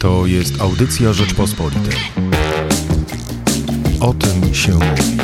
To jest audycja Rzeczpospolitej. O tym się mówi.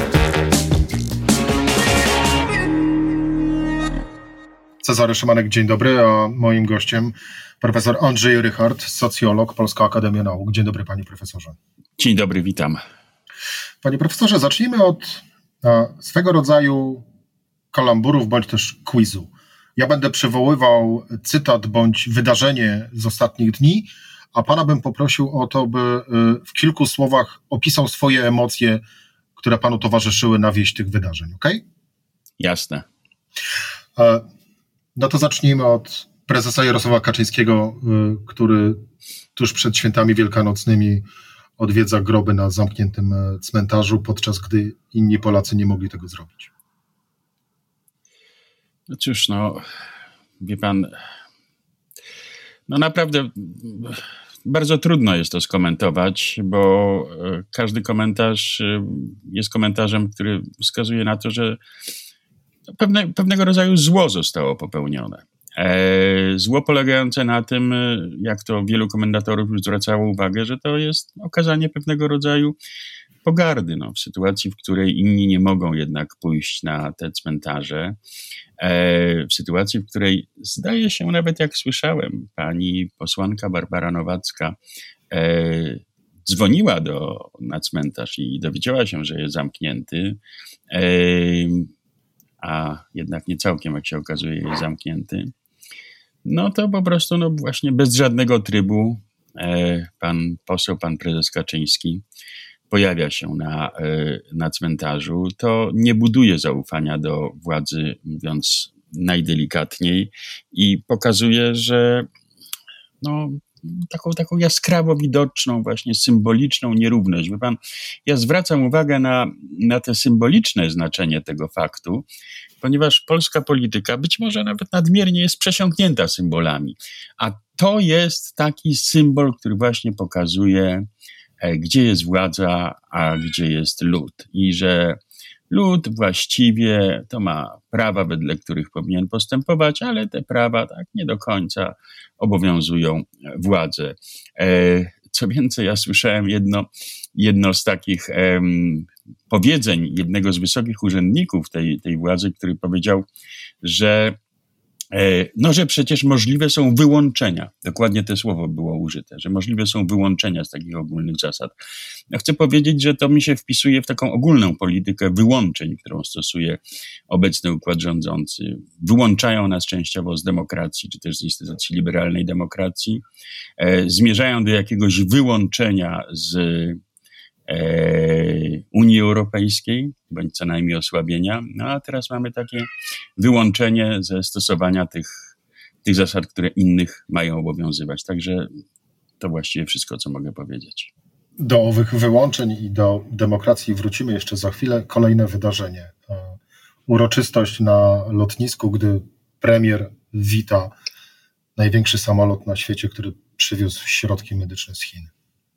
Cezary Szymanek, dzień dobry, a moim gościem profesor Andrzej Rychard, socjolog, Polska Akademia Nauk. Dzień dobry, panie profesorze. Dzień dobry, witam. Panie profesorze, zacznijmy od swego rodzaju kalamburów bądź też quizu. Ja będę przywoływał cytat bądź wydarzenie z ostatnich dni, a pana bym poprosił o to, by w kilku słowach opisał swoje emocje, które panu towarzyszyły na wieść tych wydarzeń, okej? Jasne. No to zacznijmy od prezesa Jarosława Kaczyńskiego, który tuż przed świętami wielkanocnymi odwiedza groby na zamkniętym cmentarzu, podczas gdy inni Polacy nie mogli tego zrobić. No cóż, wie pan, naprawdę bardzo trudno jest to skomentować, bo każdy komentarz jest komentarzem, który wskazuje na to, że pewnego rodzaju zło zostało popełnione. Zło polegające na tym, jak to wielu komentatorów już zwracało uwagę, że to jest okazanie pewnego rodzaju pogardy w sytuacji, w której inni nie mogą jednak pójść na te cmentarze. W sytuacji, w której zdaje się, nawet jak słyszałem, pani posłanka Barbara Nowacka dzwoniła na cmentarz i dowiedziała się, że jest zamknięty, a jednak nie całkiem, jak się okazuje, jest zamknięty. To po prostu właśnie bez żadnego trybu pan poseł, pan prezes Kaczyński pojawia się na cmentarzu. To nie buduje zaufania do władzy, mówiąc najdelikatniej, i pokazuje, że taką jaskrawo widoczną, właśnie symboliczną nierówność. Wie pan, ja zwracam uwagę na te symboliczne znaczenie tego faktu, ponieważ polska polityka być może nawet nadmiernie jest przesiąknięta symbolami. A to jest taki symbol, który właśnie pokazuje, gdzie jest władza, a gdzie jest lud. I że lud właściwie to ma prawa, wedle których powinien postępować, ale te prawa tak nie do końca obowiązują władzę. Co więcej, ja słyszałem jedno z takich powiedzeń jednego z wysokich urzędników tej władzy, który powiedział, że przecież możliwe są wyłączenia. Dokładnie to słowo było użyte, że możliwe są wyłączenia z takich ogólnych zasad. Chcę powiedzieć, że to mi się wpisuje w taką ogólną politykę wyłączeń, którą stosuje obecny układ rządzący. Wyłączają nas częściowo z demokracji, czy też z instytucji liberalnej demokracji. Zmierzają do jakiegoś wyłączenia z Unii Europejskiej, bądź co najmniej osłabienia. A teraz mamy takie wyłączenie ze stosowania tych zasad, które innych mają obowiązywać. Także to właściwie wszystko, co mogę powiedzieć. Do owych wyłączeń i do demokracji wrócimy jeszcze za chwilę. Kolejne wydarzenie. Uroczystość na lotnisku, gdy premier wita największy samolot na świecie, który przywiózł środki medyczne z Chin.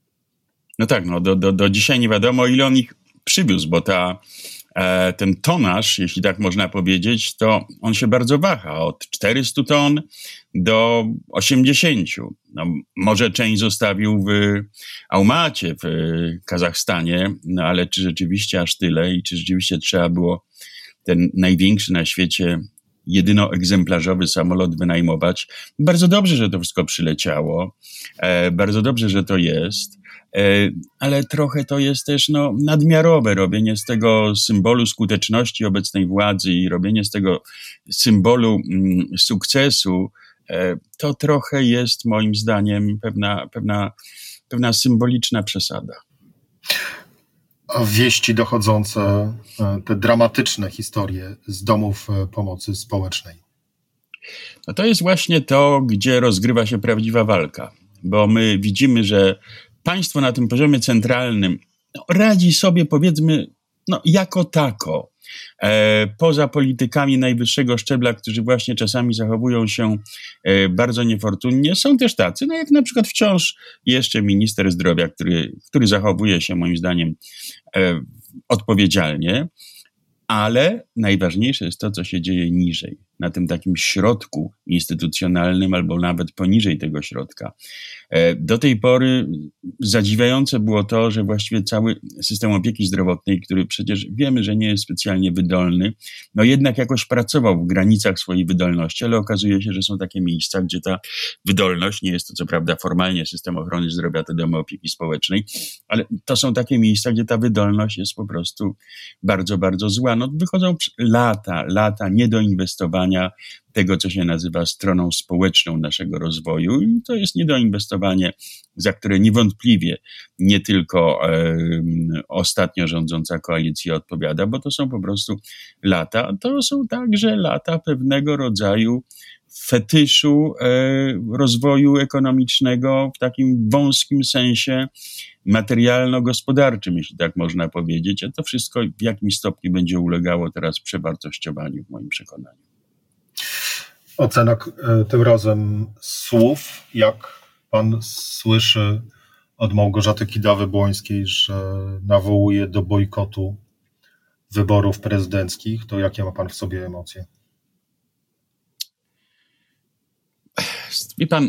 Do dzisiaj nie wiadomo, ile on ich przywiózł, bo ten tonaż, jeśli tak można powiedzieć, to on się bardzo waha, od 400 ton do 80. Może część zostawił w Almacie, w Kazachstanie, ale czy rzeczywiście aż tyle i czy rzeczywiście trzeba było ten największy na świecie jedynoegzemplarzowy samolot wynajmować? Bardzo dobrze, że to wszystko przyleciało, bardzo dobrze, że to jest, ale trochę to jest też nadmiarowe robienie z tego symbolu skuteczności obecnej władzy i robienie z tego symbolu sukcesu. To trochę jest moim zdaniem pewna symboliczna przesada. A wieści dochodzące, te dramatyczne historie z domów pomocy społecznej? To jest właśnie to, gdzie rozgrywa się prawdziwa walka, bo my widzimy, że państwo na tym poziomie centralnym radzi sobie, powiedzmy, jako tako. Poza politykami najwyższego szczebla, którzy właśnie czasami zachowują się bardzo niefortunnie, są też tacy, jak na przykład wciąż jeszcze minister zdrowia, który zachowuje się moim zdaniem odpowiedzialnie, ale najważniejsze jest to, co się dzieje niżej. na tym takim środku instytucjonalnym albo nawet poniżej tego środka. Do tej pory zadziwiające było to, że właściwie cały system opieki zdrowotnej, który przecież wiemy, że nie jest specjalnie wydolny, no jednak jakoś pracował w granicach swojej wydolności, ale okazuje się, że są takie miejsca, gdzie ta wydolność, nie jest to co prawda formalnie system ochrony zdrowia, to domy opieki społecznej, ale to są takie miejsca, gdzie ta wydolność jest po prostu bardzo, bardzo zła. No wychodzą lata niedoinwestowania tego, co się nazywa stroną społeczną naszego rozwoju i to jest niedoinwestowanie, za które niewątpliwie nie tylko ostatnio rządząca koalicja odpowiada, bo to są po prostu lata. To są także lata pewnego rodzaju fetyszu rozwoju ekonomicznego w takim wąskim sensie materialno-gospodarczym, jeśli tak można powiedzieć, a to wszystko w jakimś stopniu będzie ulegało teraz przewartościowaniu w moim przekonaniu. Ocena tym razem słów, jak pan słyszy od Małgorzaty Kidawy-Błońskiej, że nawołuje do bojkotu wyborów prezydenckich, to jakie ma pan w sobie emocje? Wie pan,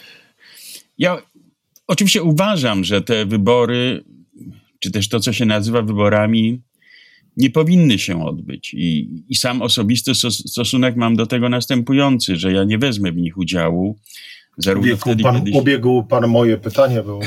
ja oczywiście uważam, że te wybory, czy też to, co się nazywa wyborami, nie powinny się odbyć. I sam osobisty stosunek mam do tego następujący, że ja nie wezmę w nich udziału. Obiegł pan moje pytanie, bo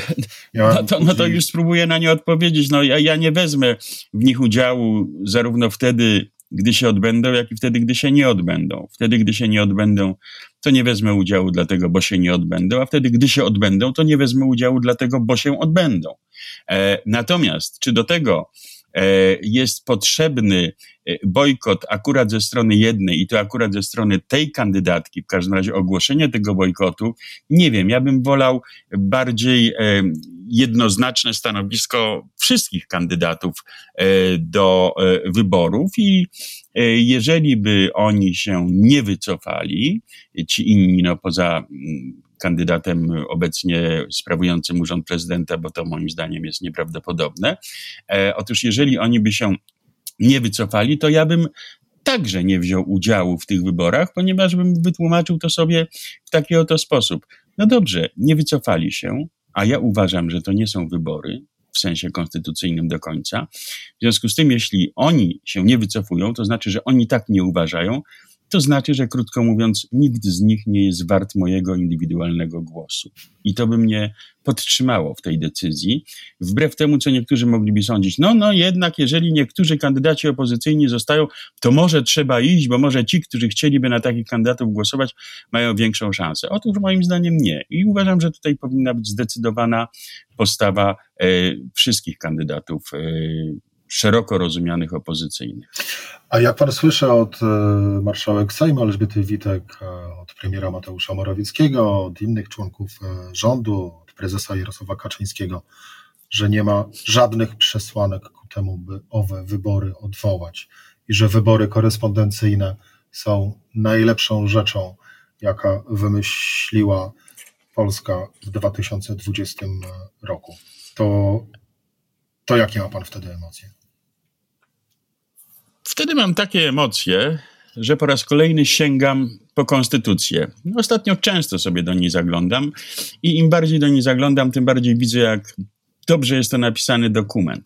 no to już spróbuję na nie odpowiedzieć. No ja nie wezmę w nich udziału zarówno wtedy, gdy się odbędą, jak i wtedy, gdy się nie odbędą. Wtedy, gdy się nie odbędą, to nie wezmę udziału dlatego, bo się nie odbędą, a wtedy, gdy się odbędą, to nie wezmę udziału dlatego, bo się odbędą. Natomiast czy do tego jest potrzebny bojkot akurat ze strony jednej i to akurat ze strony tej kandydatki, w każdym razie ogłoszenie tego bojkotu, nie wiem, ja bym wolał bardziej jednoznaczne stanowisko wszystkich kandydatów do wyborów i jeżeli by oni się nie wycofali, ci inni, no poza kandydatem obecnie sprawującym urząd prezydenta, bo to moim zdaniem jest nieprawdopodobne. Otóż jeżeli oni by się nie wycofali, to ja bym także nie wziął udziału w tych wyborach, ponieważ bym wytłumaczył to sobie w taki oto sposób. No dobrze, nie wycofali się, a ja uważam, że to nie są wybory w sensie konstytucyjnym do końca. W związku z tym, jeśli oni się nie wycofują, to znaczy, że oni tak nie uważają, to znaczy, że krótko mówiąc, nikt z nich nie jest wart mojego indywidualnego głosu. I to by mnie podtrzymało w tej decyzji, wbrew temu, co niektórzy mogliby sądzić. No jednak, jeżeli niektórzy kandydaci opozycyjni zostają, to może trzeba iść, bo może ci, którzy chcieliby na takich kandydatów głosować, mają większą szansę. Otóż moim zdaniem nie. I uważam, że tutaj powinna być zdecydowana postawa wszystkich kandydatów szeroko rozumianych opozycyjnych. A jak pan słyszy od marszałek Sejmu Elżbiety Witek, od premiera Mateusza Morawieckiego, od innych członków rządu, od prezesa Jarosława Kaczyńskiego, że nie ma żadnych przesłanek ku temu, by owe wybory odwołać i że wybory korespondencyjne są najlepszą rzeczą, jaka wymyśliła Polska w 2020 roku, to jakie ma pan wtedy emocje? Wtedy mam takie emocje, że po raz kolejny sięgam po konstytucję. Ostatnio często sobie do niej zaglądam i im bardziej do niej zaglądam, tym bardziej widzę, jak dobrze jest to napisany dokument.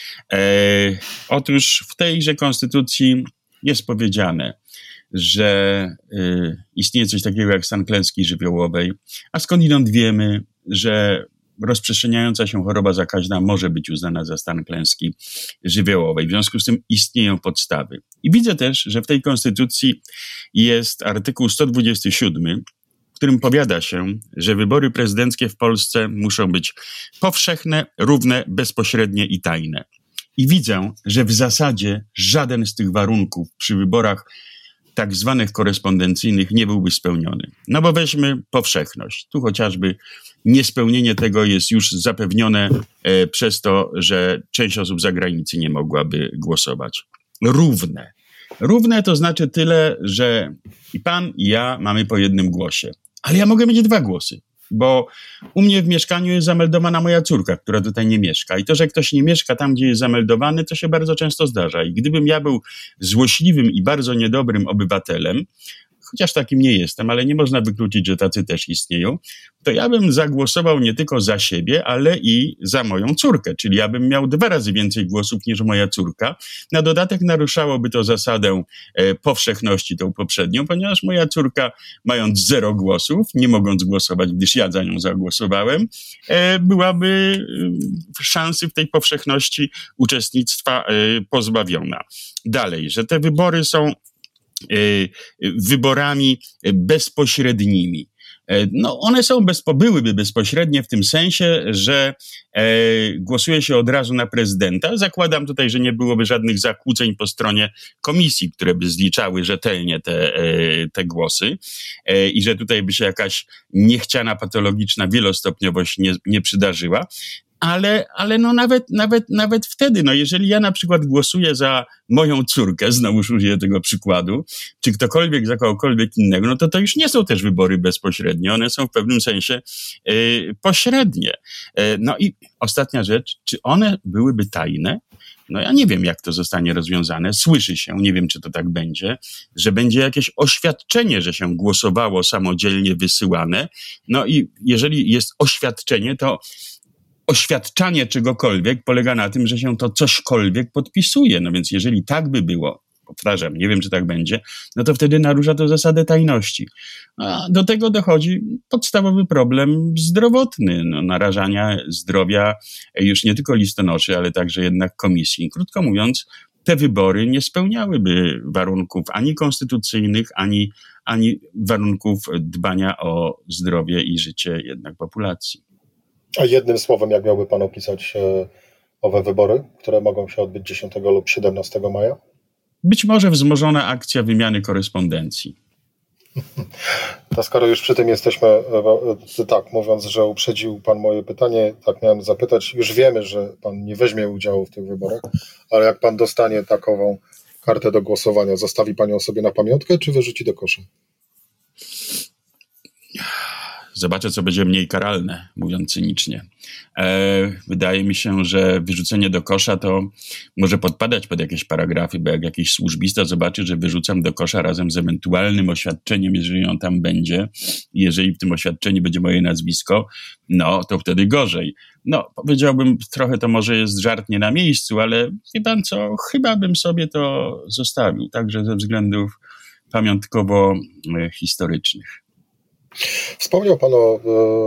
Otóż w tejże konstytucji jest powiedziane, że istnieje coś takiego jak stan klęski żywiołowej, a skądinąd wiemy, że rozprzestrzeniająca się choroba zakaźna może być uznana za stan klęski żywiołowej. W związku z tym istnieją podstawy. I widzę też, że w tej konstytucji jest artykuł 127, w którym powiada się, że wybory prezydenckie w Polsce muszą być powszechne, równe, bezpośrednie i tajne. I widzę, że w zasadzie żaden z tych warunków przy wyborach tak zwanych korespondencyjnych nie byłby spełniony. No bo weźmy powszechność. Tu chociażby niespełnienie tego jest już zapewnione przez to, że część osób z zagranicy nie mogłaby głosować. Równe. Równe to znaczy tyle, że i pan, i ja mamy po jednym głosie. Ale ja mogę mieć 2 głosy, bo u mnie w mieszkaniu jest zameldowana moja córka, która tutaj nie mieszka. I to, że ktoś nie mieszka tam, gdzie jest zameldowany, to się bardzo często zdarza. I gdybym ja był złośliwym i bardzo niedobrym obywatelem, chociaż takim nie jestem, ale nie można wykluczyć, że tacy też istnieją, to ja bym zagłosował nie tylko za siebie, ale i za moją córkę, czyli ja bym miał 2 razy więcej głosów niż moja córka. Na dodatek naruszałoby to zasadę powszechności, tą poprzednią, ponieważ moja córka, mając 0 głosów, nie mogąc głosować, gdyż ja za nią zagłosowałem, byłaby szansy w tej powszechności uczestnictwa pozbawiona. Dalej, że te wybory są wyborami bezpośrednimi. No, one byłyby bezpośrednie w tym sensie, że głosuje się od razu na prezydenta. Zakładam tutaj, że nie byłoby żadnych zakłóceń po stronie komisji, które by zliczały rzetelnie te głosy i że tutaj by się jakaś niechciana patologiczna wielostopniowość nie przydarzyła. Ale no nawet wtedy, no jeżeli ja na przykład głosuję za moją córkę, znowu użyję tego przykładu, czy ktokolwiek za kogokolwiek innego, no to już nie są też wybory bezpośrednie, one są w pewnym sensie pośrednie. No i ostatnia rzecz, czy one byłyby tajne? No ja nie wiem, jak to zostanie rozwiązane. Słyszy się, nie wiem, czy to tak będzie, że będzie jakieś oświadczenie, że się głosowało samodzielnie wysyłane. No i jeżeli jest oświadczenie, to oświadczanie czegokolwiek polega na tym, że się to cośkolwiek podpisuje. No więc jeżeli tak by było, powtarzam, nie wiem, czy tak będzie, no to wtedy narusza to zasadę tajności. A do tego dochodzi podstawowy problem zdrowotny, narażania zdrowia już nie tylko listonoszy, ale także jednak komisji. Krótko mówiąc, te wybory nie spełniałyby warunków ani konstytucyjnych, ani warunków dbania o zdrowie i życie jednak populacji. A jednym słowem, jak miałby pan opisać owe wybory, które mogą się odbyć 10 lub 17 maja? Być może wzmożona akcja wymiany korespondencji. To skoro już przy tym jesteśmy, tak, mówiąc, że uprzedził pan moje pytanie, tak miałem zapytać, już wiemy, że pan nie weźmie udziału w tych wyborach, ale jak pan dostanie takową kartę do głosowania, zostawi pan ją sobie na pamiątkę, czy wyrzuci do kosza? Zobaczę, co będzie mniej karalne, mówiąc cynicznie. Wydaje mi się, że wyrzucenie do kosza to może podpadać pod jakieś paragrafy, bo jak jakiś służbista zobaczy, że wyrzucam do kosza razem z ewentualnym oświadczeniem, jeżeli on tam będzie, jeżeli w tym oświadczeniu będzie moje nazwisko, no to wtedy gorzej. No, powiedziałbym, trochę to może jest żart nie na miejscu, ale wie pan co, chyba bym sobie to zostawił, także ze względów pamiątkowo-historycznych. Wspomniał pan o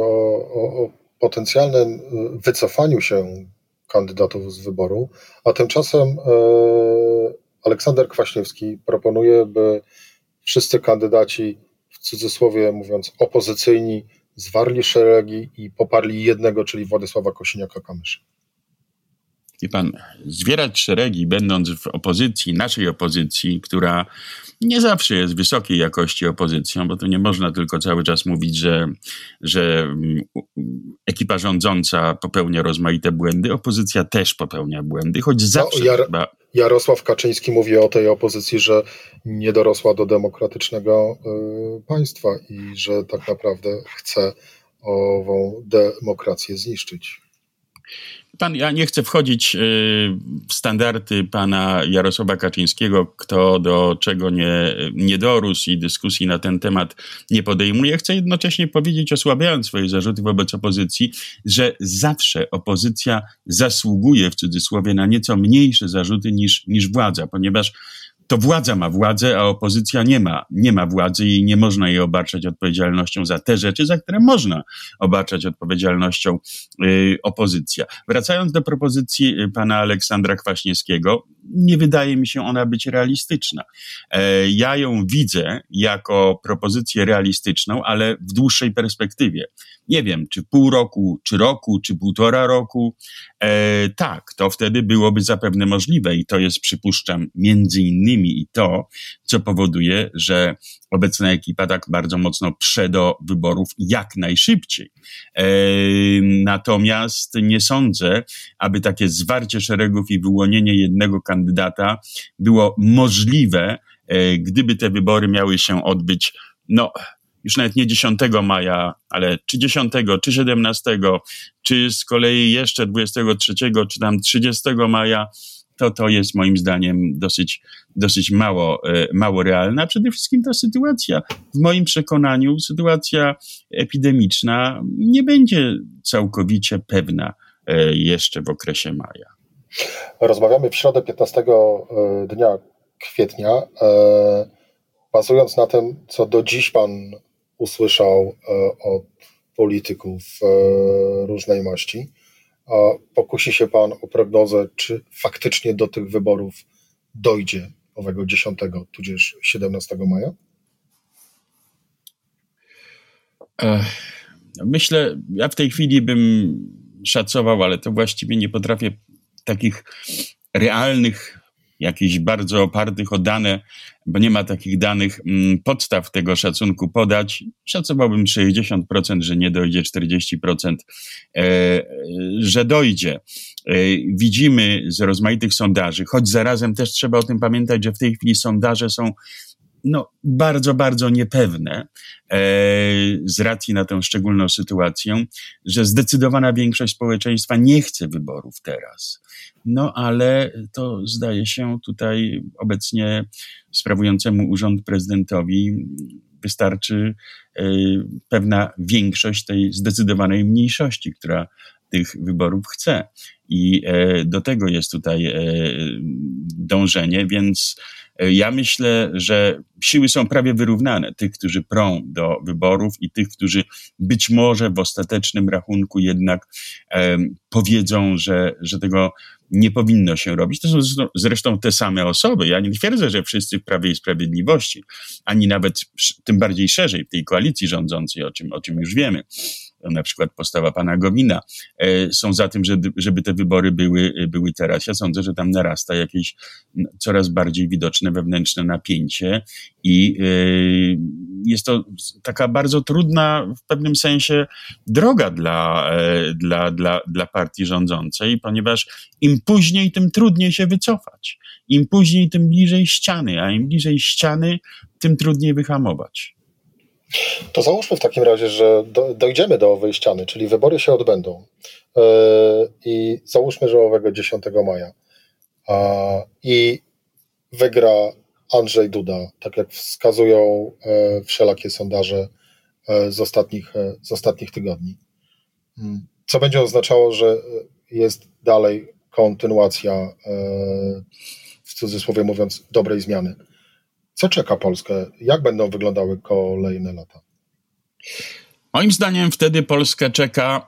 potencjalnym wycofaniu się kandydatów z wyboru, a tymczasem Aleksander Kwaśniewski proponuje, by wszyscy kandydaci, w cudzysłowie mówiąc, opozycyjni, zwarli szeregi i poparli jednego, czyli Władysława Kosiniaka-Kamysza. Wie pan, zwierać szeregi, będąc w opozycji, naszej opozycji, która nie zawsze jest wysokiej jakości opozycją, bo to nie można tylko cały czas mówić, że ekipa rządząca popełnia rozmaite błędy, opozycja też popełnia błędy, choć zawsze chyba... Jarosław Kaczyński mówi o tej opozycji, że nie dorosła do demokratycznego państwa i że tak naprawdę chce ową demokrację zniszczyć. Pan, ja nie chcę wchodzić w standardy pana Jarosława Kaczyńskiego, kto do czego nie dorósł i dyskusji na ten temat nie podejmuje. Chcę jednocześnie powiedzieć, osłabiając swoje zarzuty wobec opozycji, że zawsze opozycja zasługuje w cudzysłowie na nieco mniejsze zarzuty niż władza, ponieważ to władza ma władzę, a opozycja nie ma władzy i nie można jej obarczać odpowiedzialnością za te rzeczy, za które można obarczać odpowiedzialnością opozycja. Wracając do propozycji pana Aleksandra Kwaśniewskiego, nie wydaje mi się ona być realistyczna. Ja ją widzę jako propozycję realistyczną, ale w dłuższej perspektywie. Nie wiem, czy pół roku, czy 1,5 roku. Tak, to wtedy byłoby zapewne możliwe i to jest, przypuszczam, między innymi i to, co powoduje, że obecna ekipa tak bardzo mocno prze do wyborów jak najszybciej. Natomiast nie sądzę, aby takie zwarcie szeregów i wyłonienie jednego kandydata było możliwe, gdyby te wybory miały się odbyć, już nawet nie 10 maja, ale czy 10, czy 17, czy z kolei jeszcze 23, czy tam 30 maja. to jest moim zdaniem dosyć mało realne. A przede wszystkim ta sytuacja, w moim przekonaniu, sytuacja epidemiczna nie będzie całkowicie pewna jeszcze w okresie maja. Rozmawiamy w środę 15 dnia kwietnia. Bazując na tym, co do dziś pan usłyszał od polityków różnej maści, pokusi się pan o prognozę, czy faktycznie do tych wyborów dojdzie owego 10 tudzież 17 maja? Myślę, ja w tej chwili bym szacował, ale to właściwie nie potrafię takich realnych, jakichś bardzo opartych o dane, bo nie ma takich danych, podstaw tego szacunku podać. Szacowałbym 60%, że nie dojdzie, 40%, że dojdzie. Widzimy z rozmaitych sondaży, choć zarazem też trzeba o tym pamiętać, że w tej chwili sondaże są bardzo, bardzo niepewne z racji na tę szczególną sytuację, że zdecydowana większość społeczeństwa nie chce wyborów teraz. Ale to zdaje się tutaj obecnie sprawującemu urząd prezydentowi wystarczy pewna większość tej zdecydowanej mniejszości, która tych wyborów chce. I do tego jest tutaj dążenie, więc ja myślę, że siły są prawie wyrównane. Tych, którzy prą do wyborów i tych, którzy być może w ostatecznym rachunku jednak powiedzą, że tego nie powinno się robić. To są zresztą te same osoby. Ja nie twierdzę, że wszyscy w Prawie i Sprawiedliwości, ani nawet tym bardziej szerzej w tej koalicji rządzącej, o czym już wiemy, na przykład postawa pana Gowina, są za tym, żeby te wybory były teraz. Ja sądzę, że tam narasta jakieś coraz bardziej widoczne wewnętrzne napięcie i jest to taka bardzo trudna w pewnym sensie droga dla partii rządzącej, ponieważ im później, tym trudniej się wycofać. Im później, tym bliżej ściany, a im bliżej ściany, tym trudniej wyhamować. To załóżmy w takim razie, że dojdziemy do owej ściany, czyli wybory się odbędą i załóżmy, że owego 10 maja i wygra Andrzej Duda, tak jak wskazują wszelakie sondaże z ostatnich tygodni. Co będzie oznaczało, że jest dalej kontynuacja, w cudzysłowie mówiąc, dobrej zmiany. Co czeka Polskę? Jak będą wyglądały kolejne lata? Moim zdaniem wtedy Polskę czeka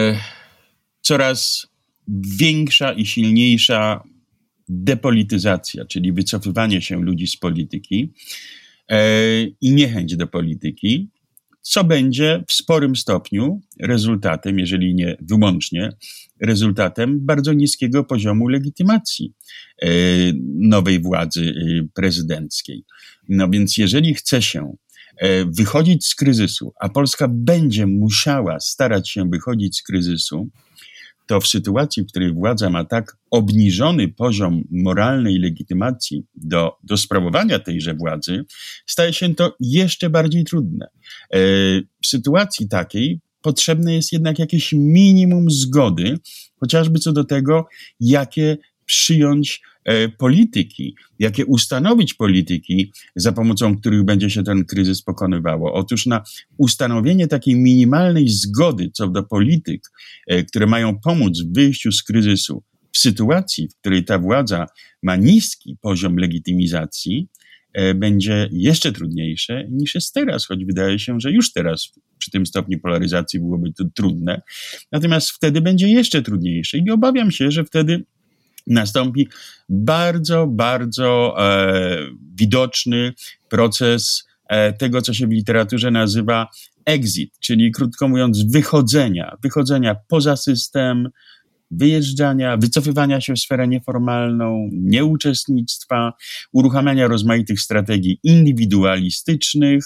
coraz większa i silniejsza depolityzacja, czyli wycofywanie się ludzi z polityki i niechęć do polityki, co będzie w sporym stopniu rezultatem, jeżeli nie wyłącznie, rezultatem bardzo niskiego poziomu legitymacji nowej władzy prezydenckiej. Więc jeżeli chce się wychodzić z kryzysu, a Polska będzie musiała starać się wychodzić z kryzysu, to w sytuacji, w której władza ma tak obniżony poziom moralnej legitymacji do sprawowania tejże władzy, staje się to jeszcze bardziej trudne. W sytuacji takiej potrzebne jest jednak jakieś minimum zgody, chociażby co do tego, jakie przyjąć polityki, jakie ustanowić polityki, za pomocą których będzie się ten kryzys pokonywało. Otóż na ustanowienie takiej minimalnej zgody co do polityk, które mają pomóc w wyjściu z kryzysu, w sytuacji, w której ta władza ma niski poziom legitymizacji, będzie jeszcze trudniejsze niż jest teraz, choć wydaje się, że już teraz przy tym stopniu polaryzacji byłoby to trudne. Natomiast wtedy będzie jeszcze trudniejsze i obawiam się, że wtedy nastąpi bardzo, bardzo widoczny proces tego, co się w literaturze nazywa exit, czyli krótko mówiąc wychodzenia poza system, wyjeżdżania, wycofywania się w sferę nieformalną, nieuczestnictwa, uruchamiania rozmaitych strategii indywidualistycznych.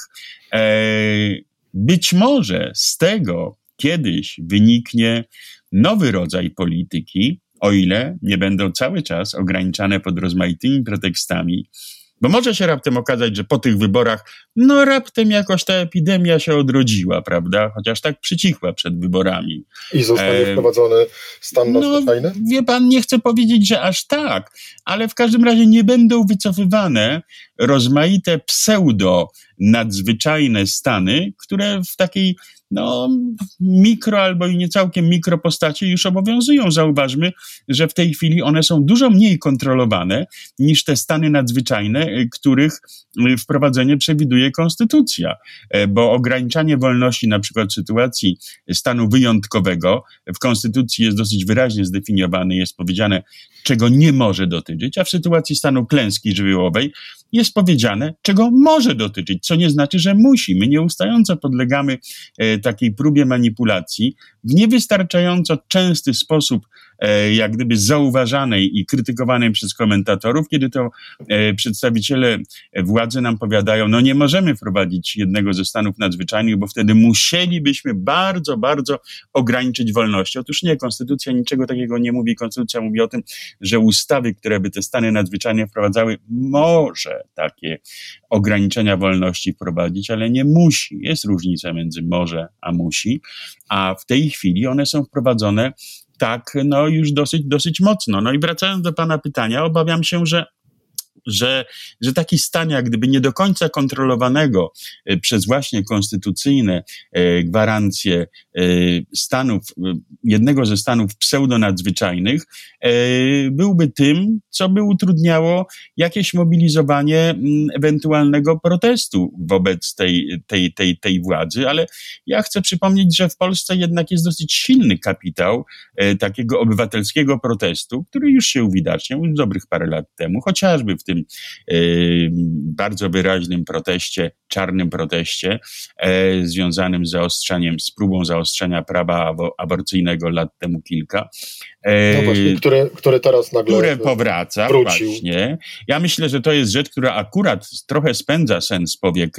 Być może z tego kiedyś wyniknie nowy rodzaj polityki, o ile nie będą cały czas ograniczane pod rozmaitymi pretekstami Bo może się raptem okazać, że po tych wyborach, no raptem jakoś ta epidemia się odrodziła, prawda? Chociaż tak przycichła przed wyborami. I zostanie wprowadzony stan nadzwyczajny? Wie pan, nie chcę powiedzieć, że aż tak, ale w każdym razie nie będą wycofywane rozmaite pseudo-nadzwyczajne stany, które w takiej mikro albo i nie całkiem mikro postaci już obowiązują. Zauważmy, że w tej chwili one są dużo mniej kontrolowane niż te stany nadzwyczajne, których wprowadzenie przewiduje konstytucja, bo ograniczanie wolności na przykład w sytuacji stanu wyjątkowego w konstytucji jest dosyć wyraźnie zdefiniowane, jest powiedziane, czego nie może dotyczyć, a w sytuacji stanu klęski żywiołowej jest powiedziane, czego może dotyczyć, co nie znaczy, że musi. My nieustająco podlegamy takiej próbie manipulacji w niewystarczająco częsty sposób, jak gdyby zauważanej i krytykowanej przez komentatorów, kiedy to przedstawiciele władzy nam powiadają, no nie możemy wprowadzić jednego ze stanów nadzwyczajnych, bo wtedy musielibyśmy bardzo, bardzo ograniczyć wolności. Otóż nie, konstytucja niczego takiego nie mówi. Konstytucja mówi o tym, że ustawy, które by te stany nadzwyczajne wprowadzały, może takie ograniczenia wolności wprowadzić, ale nie musi. Jest różnica między może a musi, a w tej chwili one są wprowadzone tak, już dosyć mocno. No i wracając do pana pytania, obawiam się, że taki stan jak gdyby nie do końca kontrolowanego przez właśnie konstytucyjne gwarancje stanów, jednego ze stanów pseudonadzwyczajnych, byłby tym, co by utrudniało jakieś mobilizowanie ewentualnego protestu wobec tej władzy, ale ja chcę przypomnieć, że w Polsce jednak jest dosyć silny kapitał takiego obywatelskiego protestu, który już się uwidaczniał już dobrych parę lat temu, chociażby w tym bardzo wyraźnym proteście, czarnym proteście związanym z próbą zaostrzenia prawa aborcyjnego lat temu kilka. No właśnie, które teraz nagle powraca wrócił. Właśnie. Ja myślę, że to jest rzecz, która akurat trochę spędza sen z powiek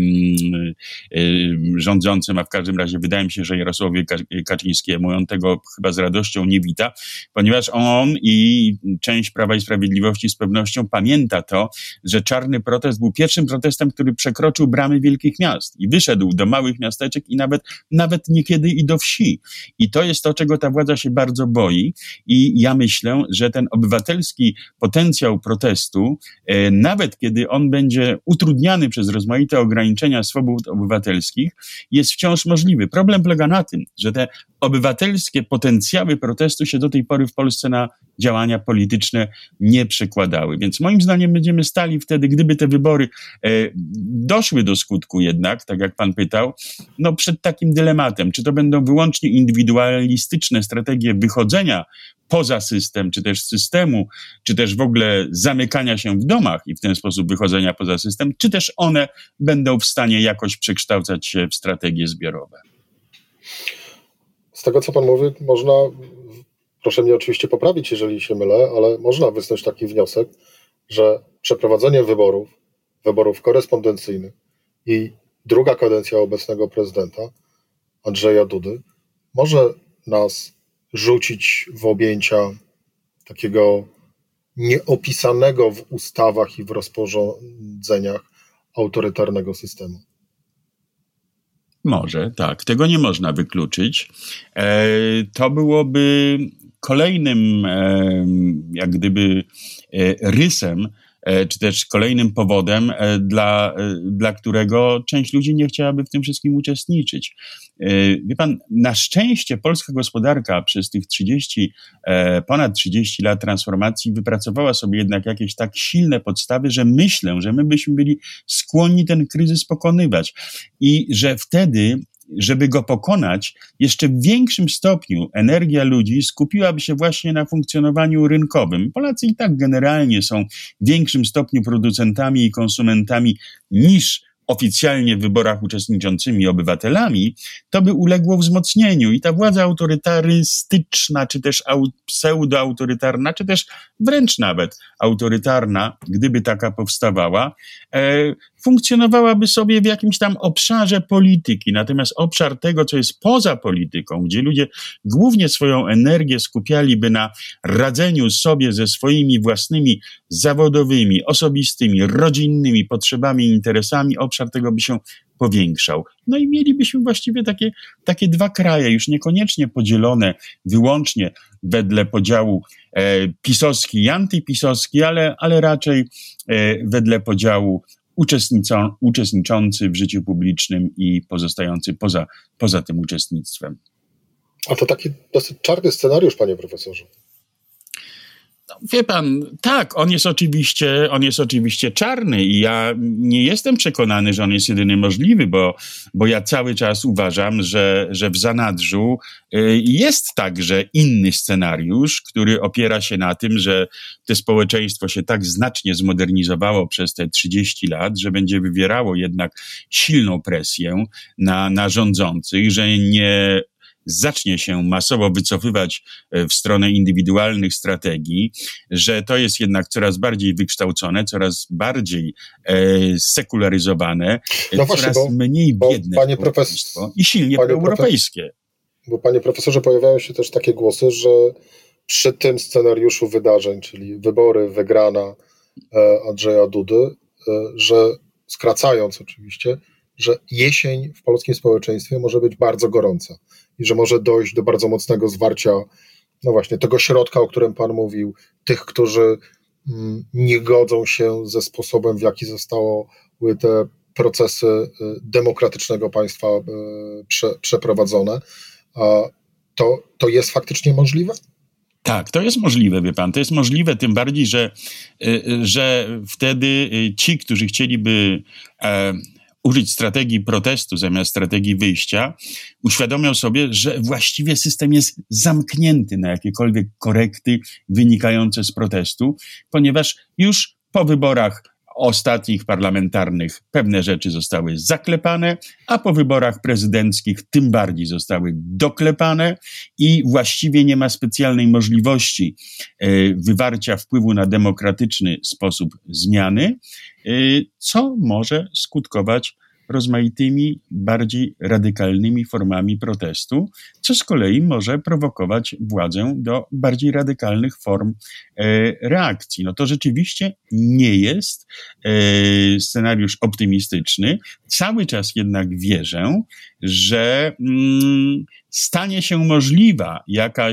rządzącym, a w każdym razie wydaje mi się, że Jarosławowi Kaczyńskiemu on tego chyba z radością nie wita, ponieważ on i część Prawa i Sprawiedliwości z pewnością pamięta to, że czarny protest był pierwszym protestem, który przekroczył bramy wielkich miast i wyszedł do małych miasteczek i nawet niekiedy i do wsi. I to jest to, czego ta władza się bardzo boi. I ja myślę, że ten obywatelski potencjał protestu, nawet kiedy on będzie utrudniany przez rozmaite ograniczenia swobód obywatelskich, jest wciąż możliwy. Problem polega na tym, że te obywatelskie potencjały protestu się do tej pory w Polsce na działania polityczne nie przekładały. Więc moim zdaniem będziemy stali wtedy, gdyby te wybory doszły do skutku jednak, tak jak pan pytał, przed takim dylematem, czy to będą wyłącznie indywidualistyczne strategie wychodzenia poza system, czy też systemu, czy też w ogóle zamykania się w domach i w ten sposób wychodzenia poza system, czy też one będą w stanie jakoś przekształcać się w strategie zbiorowe. Z tego, co pan mówi, można, proszę mnie oczywiście poprawić, jeżeli się mylę, ale można wysnuć taki wniosek, że przeprowadzenie wyborów korespondencyjnych i druga kadencja obecnego prezydenta Andrzeja Dudy może nas rzucić w objęcia takiego nieopisanego w ustawach i w rozporządzeniach autorytarnego systemu. Może, tak. Tego nie można wykluczyć. To byłoby kolejnym jak gdyby rysem, czy też kolejnym powodem, dla którego część ludzi nie chciałaby w tym wszystkim uczestniczyć. Wie pan, na szczęście polska gospodarka przez tych ponad 30 lat transformacji wypracowała sobie jednak jakieś tak silne podstawy, że myślę, że my byśmy byli skłonni ten kryzys pokonywać i że wtedy, żeby go pokonać, jeszcze w większym stopniu energia ludzi skupiłaby się właśnie na funkcjonowaniu rynkowym. Polacy i tak generalnie są w większym stopniu producentami i konsumentami niż oficjalnie w wyborach uczestniczącymi obywatelami, to by uległo wzmocnieniu i ta władza autorytarystyczna, czy też pseudoautorytarna, czy też wręcz nawet autorytarna, gdyby taka powstawała, funkcjonowałaby sobie w jakimś tam obszarze polityki. Natomiast obszar tego, co jest poza polityką, gdzie ludzie głównie swoją energię skupialiby na radzeniu sobie ze swoimi własnymi zawodowymi, osobistymi, rodzinnymi potrzebami i interesami, obszar tego by się powiększał. No i mielibyśmy właściwie takie dwa kraje, już niekoniecznie podzielone wyłącznie wedle podziału pisowski i antypisowski, ale raczej wedle podziału uczestniczący w życiu publicznym i pozostający poza tym uczestnictwem. A to taki dosyć czarny scenariusz, panie profesorze. No, wie pan, tak, on jest oczywiście czarny i ja nie jestem przekonany, że on jest jedyny możliwy, bo ja cały czas uważam, że w zanadrzu jest także inny scenariusz, który opiera się na tym, że to społeczeństwo się tak znacznie zmodernizowało przez te 30 lat, że będzie wywierało jednak silną presję na rządzących, że nie zacznie się masowo wycofywać w stronę indywidualnych strategii, że to jest jednak coraz bardziej wykształcone, coraz bardziej sekularyzowane, no właśnie, coraz mniej biedne społeczeństwo i silnie proeuropejskie. Bo panie profesorze, pojawiają się też takie głosy, że przy tym scenariuszu wydarzeń, czyli wybory, wygrana Andrzeja Dudy, że skracając oczywiście, że jesień w polskim społeczeństwie może być bardzo gorąca i że może dojść do bardzo mocnego zwarcia, no właśnie, tego środka, o którym pan mówił, tych, którzy nie godzą się ze sposobem, w jaki zostały te procesy demokratycznego państwa przeprowadzone. To jest faktycznie możliwe? Tak, to jest możliwe, wie pan. To jest możliwe tym bardziej, że wtedy ci, którzy chcieliby użyć strategii protestu zamiast strategii wyjścia, uświadomią sobie, że właściwie system jest zamknięty na jakiekolwiek korekty wynikające z protestu, ponieważ już po wyborach ostatnich parlamentarnych pewne rzeczy zostały zaklepane, a po wyborach prezydenckich tym bardziej zostały doklepane i właściwie nie ma specjalnej możliwości wywarcia wpływu na demokratyczny sposób zmiany, co może skutkować rozmaitymi, bardziej radykalnymi formami protestu, co z kolei może prowokować władzę do bardziej radykalnych form reakcji. No to rzeczywiście nie jest scenariusz optymistyczny. Cały czas jednak wierzę, że stanie się możliwa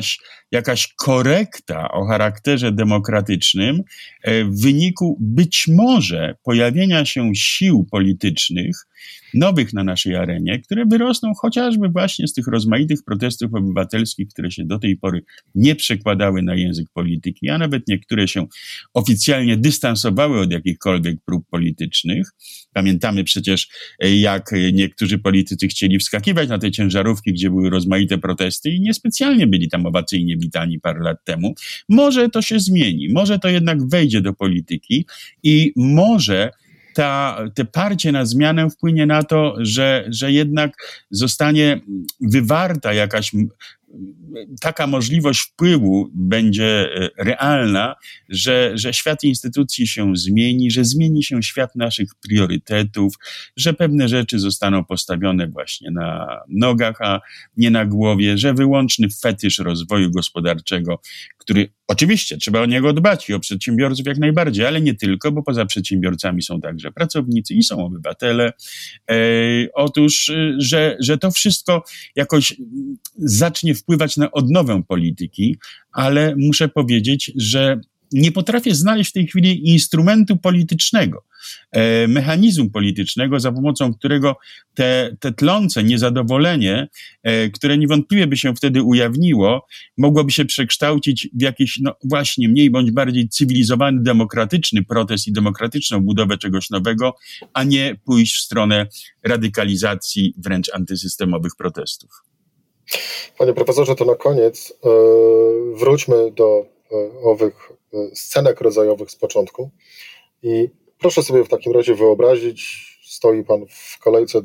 jakaś korekta o charakterze demokratycznym w wyniku być może pojawienia się sił politycznych nowych na naszej arenie, które wyrosną chociażby właśnie z tych rozmaitych protestów obywatelskich, które się do tej pory nie przekładały na język polityki, a nawet niektóre się oficjalnie dystansowały od jakichkolwiek prób politycznych. Pamiętamy przecież, jak niektórzy politycy chcieli wskakiwać na te ciężarówki, gdzie były rozmaite protesty i niespecjalnie byli tam owacyjnie witani parę lat temu. Może to się zmieni, może to jednak wejdzie do polityki i może te parcie na zmianę wpłynie na to, że jednak zostanie wywarta jakaś taka możliwość wpływu będzie realna, że świat instytucji się zmieni, że zmieni się świat naszych priorytetów, że pewne rzeczy zostaną postawione właśnie na nogach, a nie na głowie, że wyłączny fetysz rozwoju gospodarczego, który oczywiście trzeba o niego dbać i o przedsiębiorców jak najbardziej, ale nie tylko, bo poza przedsiębiorcami są także pracownicy i są obywatele. Otóż, że to wszystko jakoś zacznie wpływać na odnowę polityki, ale muszę powiedzieć, że nie potrafię znaleźć w tej chwili instrumentu politycznego, mechanizmu politycznego, za pomocą którego te tlące niezadowolenie, które niewątpliwie by się wtedy ujawniło, mogłoby się przekształcić w jakiś, no właśnie, mniej bądź bardziej cywilizowany, demokratyczny protest i demokratyczną budowę czegoś nowego, a nie pójść w stronę radykalizacji wręcz antysystemowych protestów. Panie profesorze, to na koniec wróćmy do owych scenek rodzajowych z początku i proszę sobie w takim razie wyobrazić, stoi pan w kolejce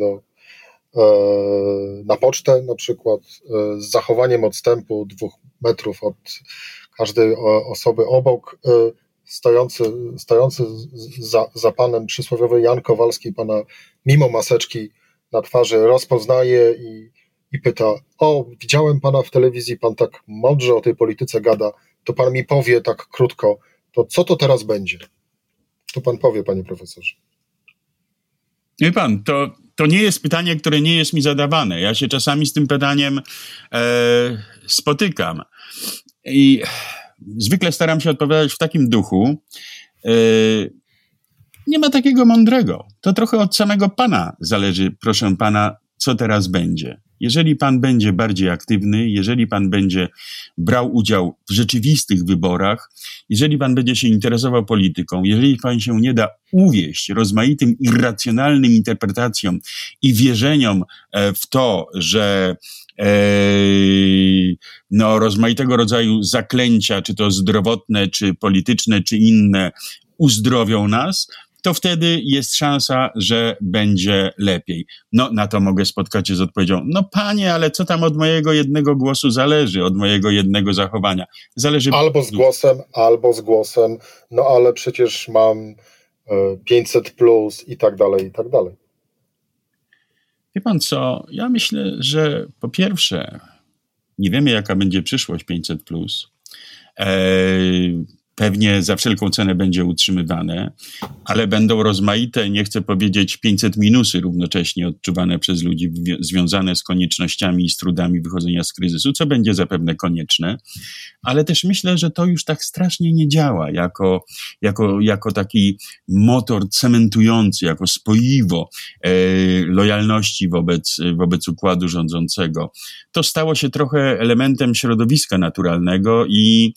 na pocztę na przykład, z zachowaniem odstępu 2 metrów od każdej osoby obok stojący za panem przysłowiowy Jan Kowalski pana mimo maseczki na twarzy rozpoznaje i pyta: o, widziałem pana w telewizji, pan tak mądrze o tej polityce gada, to pan mi powie tak krótko, to co to teraz będzie? To pan powie, panie profesorze. Wie pan, to nie jest pytanie, które nie jest mi zadawane. Ja się czasami z tym pytaniem spotykam i zwykle staram się odpowiadać w takim duchu. Nie ma takiego mądrego. To trochę od samego pana zależy, proszę pana, co teraz będzie. Jeżeli pan będzie bardziej aktywny, jeżeli pan będzie brał udział w rzeczywistych wyborach, jeżeli pan będzie się interesował polityką, jeżeli pan się nie da uwieść rozmaitym irracjonalnym interpretacjom i wierzeniom w to, że rozmaitego rodzaju zaklęcia, czy to zdrowotne, czy polityczne, czy inne, uzdrowią nas, to wtedy jest szansa, że będzie lepiej. Na to mogę spotkać się z odpowiedzią: panie, ale co tam od mojego jednego głosu zależy, od mojego jednego zachowania? Zależy albo z głosem, ale przecież mam 500+ i tak dalej, i tak dalej. Wie pan co, ja myślę, że po pierwsze, nie wiemy, jaka będzie przyszłość 500+. Pewnie za wszelką cenę będzie utrzymywane, ale będą rozmaite, nie chcę powiedzieć 500 minusy równocześnie odczuwane przez ludzi związane z koniecznościami i z trudami wychodzenia z kryzysu, co będzie zapewne konieczne, ale też myślę, że to już tak strasznie nie działa jako taki motor cementujący, jako spoiwo lojalności wobec układu rządzącego. To stało się trochę elementem środowiska naturalnego i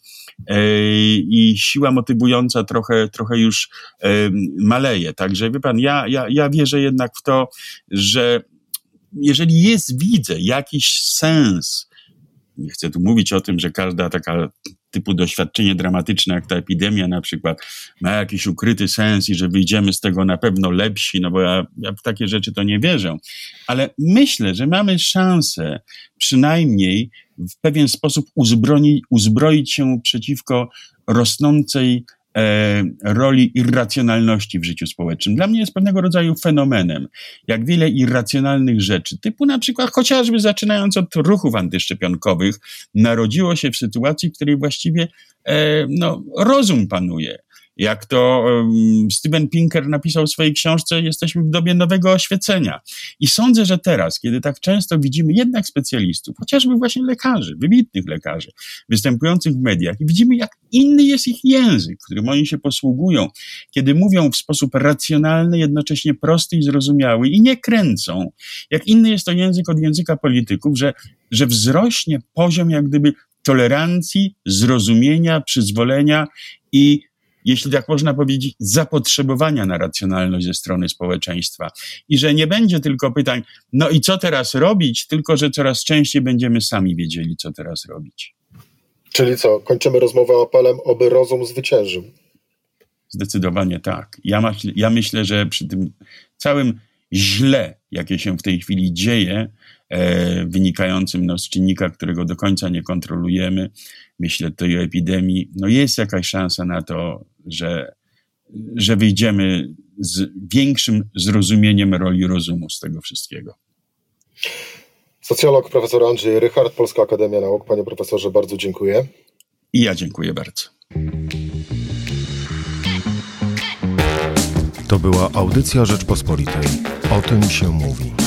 siła motywująca trochę już maleje. Także wie pan, ja wierzę jednak w to, że jeżeli widzę jakiś sens, nie chcę tu mówić o tym, że każda taka typu doświadczenie dramatyczne, jak ta epidemia na przykład, ma jakiś ukryty sens i że wyjdziemy z tego na pewno lepsi, bo ja w takie rzeczy to nie wierzę. Ale myślę, że mamy szansę przynajmniej w pewien sposób uzbroić się przeciwko rosnącej roli irracjonalności w życiu społecznym. Dla mnie jest pewnego rodzaju fenomenem, jak wiele irracjonalnych rzeczy, typu na przykład chociażby zaczynając od ruchów antyszczepionkowych, narodziło się w sytuacji, w której właściwie rozum panuje. Jak to Steven Pinker napisał w swojej książce, jesteśmy w dobie nowego oświecenia. I sądzę, że teraz, kiedy tak często widzimy jednak specjalistów, chociażby właśnie lekarzy, wybitnych lekarzy, występujących w mediach i widzimy, jak inny jest ich język, którym oni się posługują, kiedy mówią w sposób racjonalny, jednocześnie prosty i zrozumiały i nie kręcą, jak inny jest to język od języka polityków, że wzrośnie poziom jak gdyby tolerancji, zrozumienia, przyzwolenia i, jeśli tak można powiedzieć, zapotrzebowania na racjonalność ze strony społeczeństwa. I że nie będzie tylko pytań, i co teraz robić, tylko że coraz częściej będziemy sami wiedzieli, co teraz robić. Czyli co, kończymy rozmowę apelem, oby rozum zwyciężył. Zdecydowanie tak. Ja myślę, że przy tym całym źle, jakie się w tej chwili dzieje, wynikającym z czynnika, którego do końca nie kontrolujemy, myślę tutaj o epidemii, jest jakaś szansa na to, że wyjdziemy z większym zrozumieniem roli rozumu z tego wszystkiego. Socjolog profesor Andrzej Rychard, Polska Akademia Nauk. Panie profesorze, bardzo dziękuję. I ja dziękuję bardzo. To była audycja Rzeczpospolitej. O tym się mówi.